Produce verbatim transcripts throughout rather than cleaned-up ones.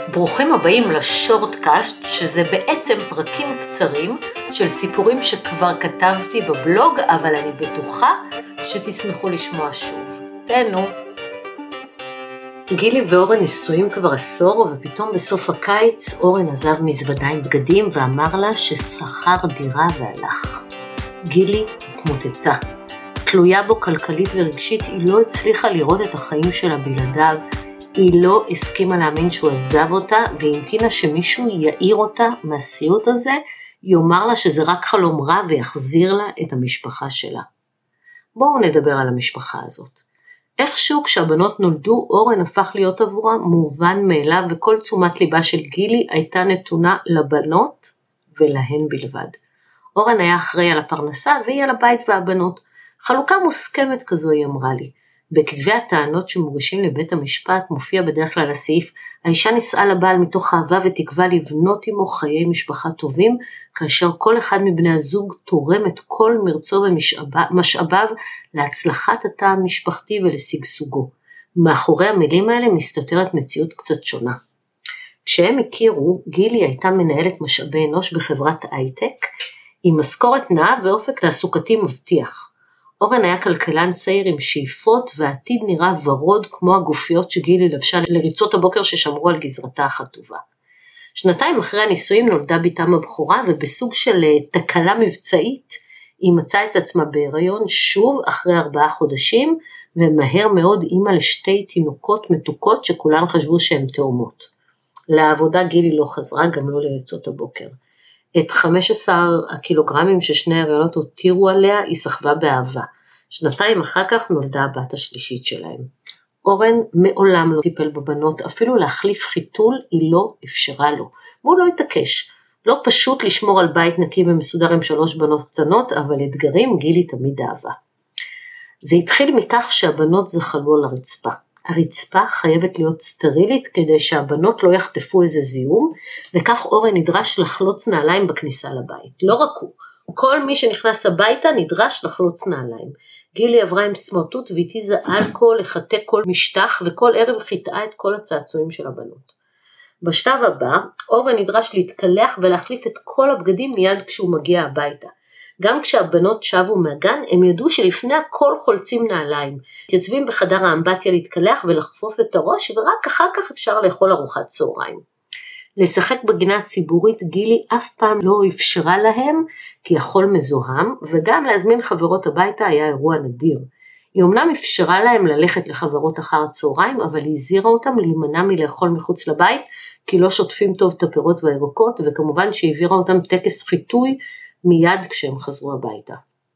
ברוכים הבאים לשורטקאסט, שזה בעצם פרקים קצרים של סיפורים שכבר כתבתי בבלוג, אבל אני בטוחה שתשמחו לשמוע שוב. תהנו. גילי ואורן נשואים כבר עשור, ופתאום בסוף הקיץ אורן עזב מזוודה עם בגדים ואמר לה ששכר דירה והלך. גילי התמוטטה. תלויה בו כלכלית ורגשית, היא לא הצליחה לראות את החיים שלה בלעדיו, היא לא הסכימה להאמין שהוא עזב אותה, והמתינה שמישהו יעיר אותה מהסיוט הזה, יאמר לה שזה רק חלום רע ויחזיר לה את המשפחה שלה. בואו נדבר על המשפחה הזאת. איכשהו כשהבנות נולדו, אורן הפך להיות עבורה מובן מאליו, וכל תשומת ליבה של גילי הייתה נתונה לבנות ולהן בלבד. אורן היה אחראי על הפרנסה והיא על הבית והבנות. חלוקה מוסכמת כזו היא אמרה לי. בכתבי הטענות שמוגשים לבית המשפט מופיע בדרך כלל הסעיף, האישה נישאה לבעל מתוך אהבה ותקווה לבנות עמו חיי משפחה טובים, כאשר כל אחד מבני הזוג תורם את כל מרצו ומשאביו להצלחת התא המשפחתי ולשגשוגו. מאחורי המילים האלה מסתתרת מציאות קצת שונה. כשהם הכירו, גילי הייתה מנהלת משאבי אנוש בחברת הייטק, עם משכורת נאה ואופק תעסוקתי מבטיח. אורן היה כלכלן צעיר עם שאיפות, והעתיד נראה ורוד כמו הגופיות שגילי לבשה לריצות הבוקר ששמרו על גזרתה החטובה. שנתיים אחרי הנישואים נולדה ביתם הבכורה, ובסוג של תקלה מבצעית היא מצאה את עצמה בהיריון שוב אחרי ארבעה חודשים, ומהר מאוד אימא לשתי תינוקות מתוקות שכולן חשבו שהן תאומות. לעבודה גילי לא חזרה, גם לא לריצות הבוקר. את חמישה עשר הקילוגרמים ששני הריונות הותירו עליה, היא סחבה באהבה. שנתיים אחר כך נולדה הבת השלישית שלהם. אורן מעולם לא טיפל בבנות, אפילו להחליף חיתול היא לא אפשרה לו. והוא לא התעקש. לא פשוט לשמור על בית נקי ומסודר עם שלוש בנות קטנות, אבל אתגרים גילי תמיד אהבה. זה התחיל מכך שהבנות זחלו על הרצפה. הרצפה חייבת להיות סטרילית כדי שהבנות לא יחטפו איזה זיהום, וכך אורן נדרש לחלוץ נעליים בכניסה לבית. לא רק הוא, כל מי שנכנס הביתה נדרש לחלוץ נעליים. גילי עברה עם סמרטוט והתיזה אלכוהול לחטא כל משטח, וכל ערב חיטאה את כל הצעצועים של הבנות. בשלב הבא, אורן נדרש להתקלח ולהחליף את כל הבגדים מיד כשהוא מגיע הביתה. גם כשהבנות שבו מהגן, הם ידעו שלפני הכל חולצים נעליים, מתייצבים בחדר האמבטיה להתקלח ולחפוף את הראש, ורק אחר כך אפשר לאכול ארוחת צהריים. לשחק בגינה הציבורית גילי אף פעם לא אפשרה להם, כי החול מזוהם, וגם להזמין חברות הביתה היה אירוע נדיר. היא אומנם אפשרה להם ללכת לחברות אחר הצהריים, אבל היא הזהירה אותם להימנע מלאכול מחוץ לבית, כי לא שוטפים טוב את הפירות והירקות, וכמובן שהעבירה אותם טקס חיטוי, מיד כשהם חזרו הביתה.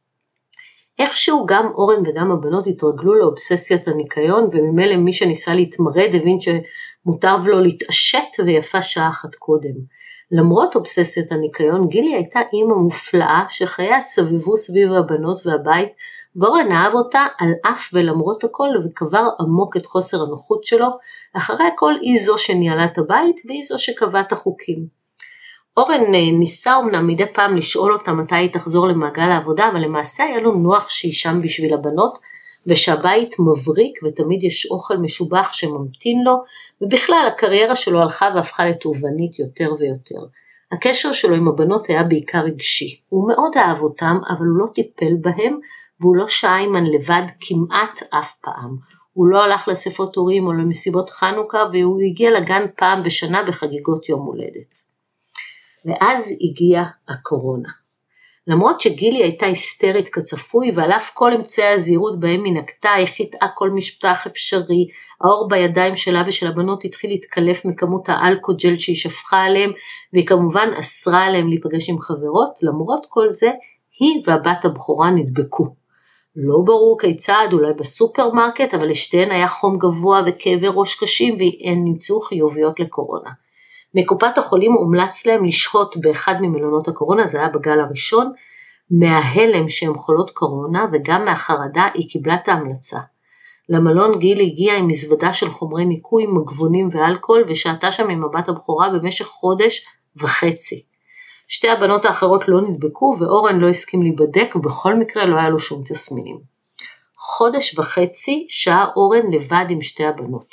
איכשהו גם אורן וגם הבנות התרגלו לאובססיית הניקיון, וממילא מי שניסה להתמרד הבין שמוטב לו להתעשת ויפה שעה אחת קודם. למרות אובססיית הניקיון, גילי הייתה אימא מופלאה שחייה סביבו סביב הבנות והבית, ואורן אהב אותה על אף ולמרות הכל, וקבר עמוק את חוסר הנוחות שלו. אחרי הכל היא זו שניהלה את הבית והיא זו שקבעה את החוקים. אורן ניסה אומנם מדי פעם לשאול אותה מתי היא תחזור למעגל העבודה, אבל למעשה היה לו נוח שהיא שם בשביל הבנות, ושהבית מבריק ותמיד יש אוכל משובח שממתין לו, ובכלל הקריירה שלו הלכה והפכה לתובנית יותר ויותר. הקשר שלו עם הבנות היה בעיקר רגשי, הוא מאוד אהב אותם, אבל הוא לא טיפל בהם, והוא לא שהה עימן לבד כמעט אף פעם. הוא לא הלך לאספות הורים או למסיבות חנוכה, והוא הגיע לגן פעם בשנה בחגיגות יום הולדת. ואז הגיעה הקורונה. למרות שגילי הייתה היסטרית כצפוי, ועל אף כל אמצעי הזהירות בהם היא נקטה, היא חיטאה כל משפטח אפשרי, האור בידיים שלה ושל הבנות התחיל להתקלף מכמות האלכוג'ל שהיא שפכה עליהם, והיא כמובן אסרה עליהם להיפגש עם חברות. למרות כל זה, היא והבת הבכורה נדבקו. לא ברור כיצד, אולי בסופרמרקט, אבל לשתיהן היה חום גבוה וכאבי ראש קשים, והן נמצאו חיוביות לקורונה. מקופת החולים הומלץ להם לשהות באחד ממלונות הקורונה, זה היה בגל הראשון, מההלם שהם חולות קורונה, וגם מהחרדה היא קיבלה את ההמלצה. למלון גילי הגיעה עם מזוודה של חומרי ניקוי, מגבונים ואלכוהול, ושהתה שם עם הבת הבכורה במשך חודש וחצי. שתי הבנות האחרות לא נדבקו, ואורן לא הסכים להיבדק, ובכל מקרה לא היה לו שום תסמינים. חודש וחצי שעה אורן לבד עם שתי הבנות.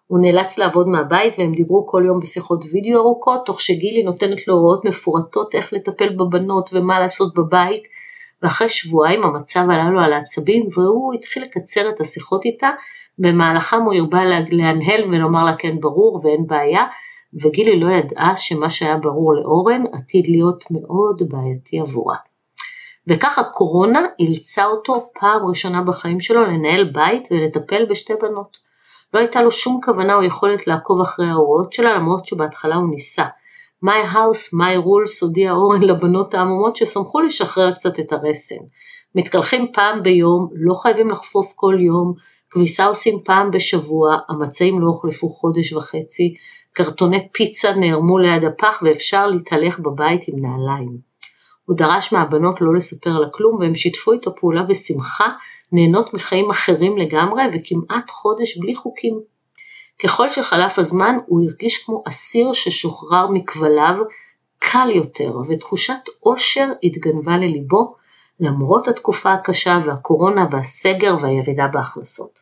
הוא נאלץ לעבוד מהבית והם דיברו כל יום בשיחות וידאו ארוכות, תוך שגילי נותנת לו הוראות מפורטות איך לטפל בבנות ומה לעשות בבית, ואחרי שבועיים המצב עלה לו על העצבים והוא התחיל לקצר את השיחות איתה, במהלכם הוא הרבה להנהל ולומר לה כן ברור ואין בעיה, וגילי לא ידעה שמה שהיה ברור לאורן עתיד להיות מאוד בעייתי עבורה. וכך הקורונה אילצה אותו פעם ראשונה בחיים שלו לנהל בית ולטפל בשתי בנות. לא הייתה לו שום כוונה או יכולת לעקוב אחרי ההוראות שלה, למרות שבהתחלה הוא ניסה. My house, my rules, הודיע אורן לבנות העמומות ששמחו לשחרר קצת את הרסן. מתקלחים פעם ביום, לא חייבים לחפוף כל יום, כביסה עושים פעם בשבוע, המצעים לא הוחלפו חודש וחצי, קרטוני פיצה נערמו ליד הפח ואפשר להתהלך בבית עם נעליים. הוא דרש מהבנות לא לספר לה כלום והם שיתפו איתו פעולה בשמחה, נהנות מחיים אחרים לגמרי וכמעט חודש בלי חוקים. ככל שחלף הזמן הוא הרגיש כמו אסיר ששוחרר מכבליו, קל יותר, ותחושת אושר התגנבה לליבו, למרות התקופה הקשה והקורונה והסגר והירידה בהכנסות.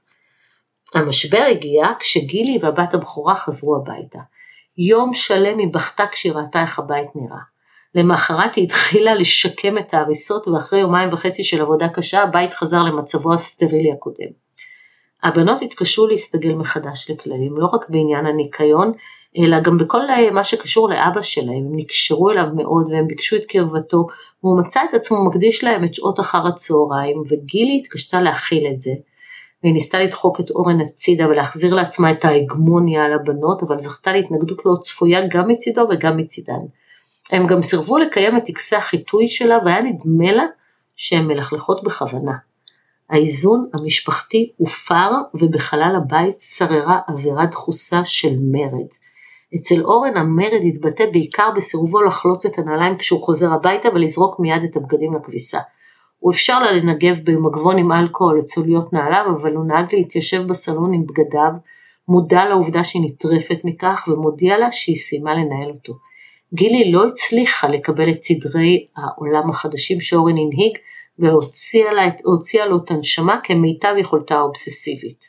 המשבר הגיע כשגילי והבת הבכורה חזרו הביתה. יום שלם היא בכתה כשראתה איך הבית נראה. למחרת היא התחילה לשקם את ההריסות, ואחרי יומיים וחצי של עבודה קשה, הבית חזר למצבו הסטרילי הקודם. הבנות התקשו להסתגל מחדש לכללים, לא רק בעניין הניקיון, אלא גם בכל מה שקשור לאבא שלהם. הם נקשרו אליו מאוד והם ביקשו את קרבתו, והוא מצא את עצמו מקדיש להם את שעות אחר הצהריים, וגילי התקשתה להכיל את זה. והיא ניסתה לדחוק את אורן הצידה ולהחזיר לעצמה את ההגמוניה על הבנות, אבל זכתה להתנגדות לא צפויה גם מצידו וגם מצידן. הם גם סירבו לקיים את טקסי החיתוי שלה, והיה נדמה לה שהן מלכלכות בכוונה. האיזון המשפחתי הופר, ובחלל הבית שררה אווירה דחוסה של מרד. אצל אורן המרד התבטא בעיקר בסירובו לחלוץ את הנעליים כשהוא חוזר הביתה, ולזרוק מיד את הבגדים לכביסה. הוא אפשר לה לנגב במגבון עם אלכוהול את צוליות נעליו, אבל הוא נהג להתיישב בסלון עם בגדיו, מודע לעובדה שהיא נטרפת מכך, ומודיע לה שהיא סיימה לנהל אותו. גילי לא הצליחה לקבל את סדרי העולם החדשים שאורן הנהיג, והוציאה לה, הוציאה לו את הנשמה כמיטב יכולתה האובססיבית.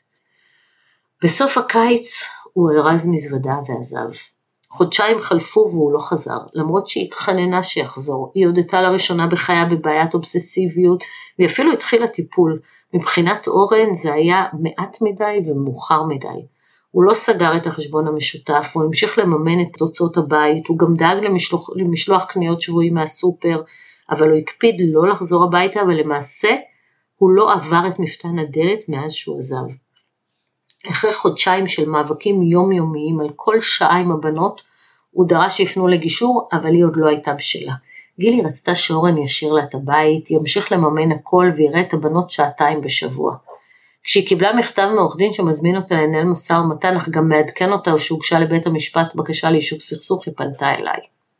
בסוף הקיץ הוא הרז מזוודה ועזב. חודשיים חלפו והוא לא חזר, למרות שהיא התחננה שיחזור. היא הודתה לראשונה בחייה בבעיית אובססיביות, והיא אפילו התחילה טיפול. מבחינת אורן זה היה מעט מדי ומאוחר מדי. הוא לא סגר את החשבון המשותף, הוא המשיך לממן את תוצאות הבית, הוא גם דאג למשלוח, למשלוח קניות שבועים מהסופר, אבל הוא הקפיד לא לחזור הביתה, ולמעשה הוא לא עבר את מפתן הדלת מאז שהוא עזב. אחרי חודשיים של מאבקים יומיומיים על כל שעה עם הבנות, הוא דרש שיפנו לגישור, אבל היא עוד לא הייתה בשלה. גילי רצתה שאורן ישאיר לה את הבית, ימשיך לממן הכל ויראה את הבנות שעתיים בשבוע. כשהיא קיבלה מכתב מעורך דין שמזמין אותה לנהל משא ומתן, אך גם מעדכן אותה שהוגשה לבית המשפט בקשה ליישוב סכסוך, היא פנתה אליי.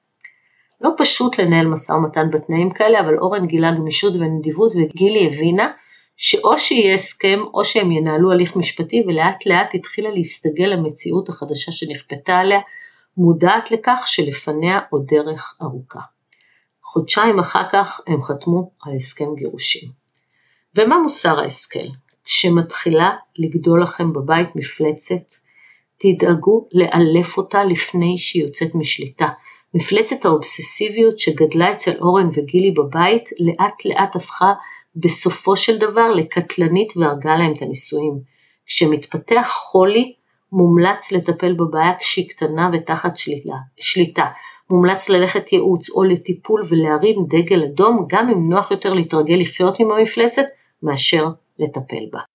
לא פשוט לנהל משא ומתן בתנאים כאלה, אבל אורן גילה גמישות ונדיבות, וגילי הבינה שאו שיהיה הסכם או שהם ינהלו הליך משפטי, ולאט לאט התחילה להסתגל למציאות החדשה שנכפתה עליה, מודעת לכך שלפניה עוד דרך ארוכה. חודשיים אחר כך הם חתמו על הסכם גירושים. ומה מוסר ההסכם? כשמתחילה לגדול לכם בבית מפלצת, תדאגו לאלף אותה לפני שהיא יוצאת משליטה. מפלצת האובססיביות שגדלה אצל אורן וגילי בבית, לאט לאט הפכה בסופו של דבר לקטלנית והרגה להם את הניסויים. כשמתפתח חולי, מומלץ לטפל בבעיה כשהיא קטנה ותחת שליטה. שליטה. מומלץ ללכת ייעוץ או לטיפול ולהרים דגל אדום, גם אם נוח יותר להתרגל לחיות עם המפלצת מאשר לטפל בה.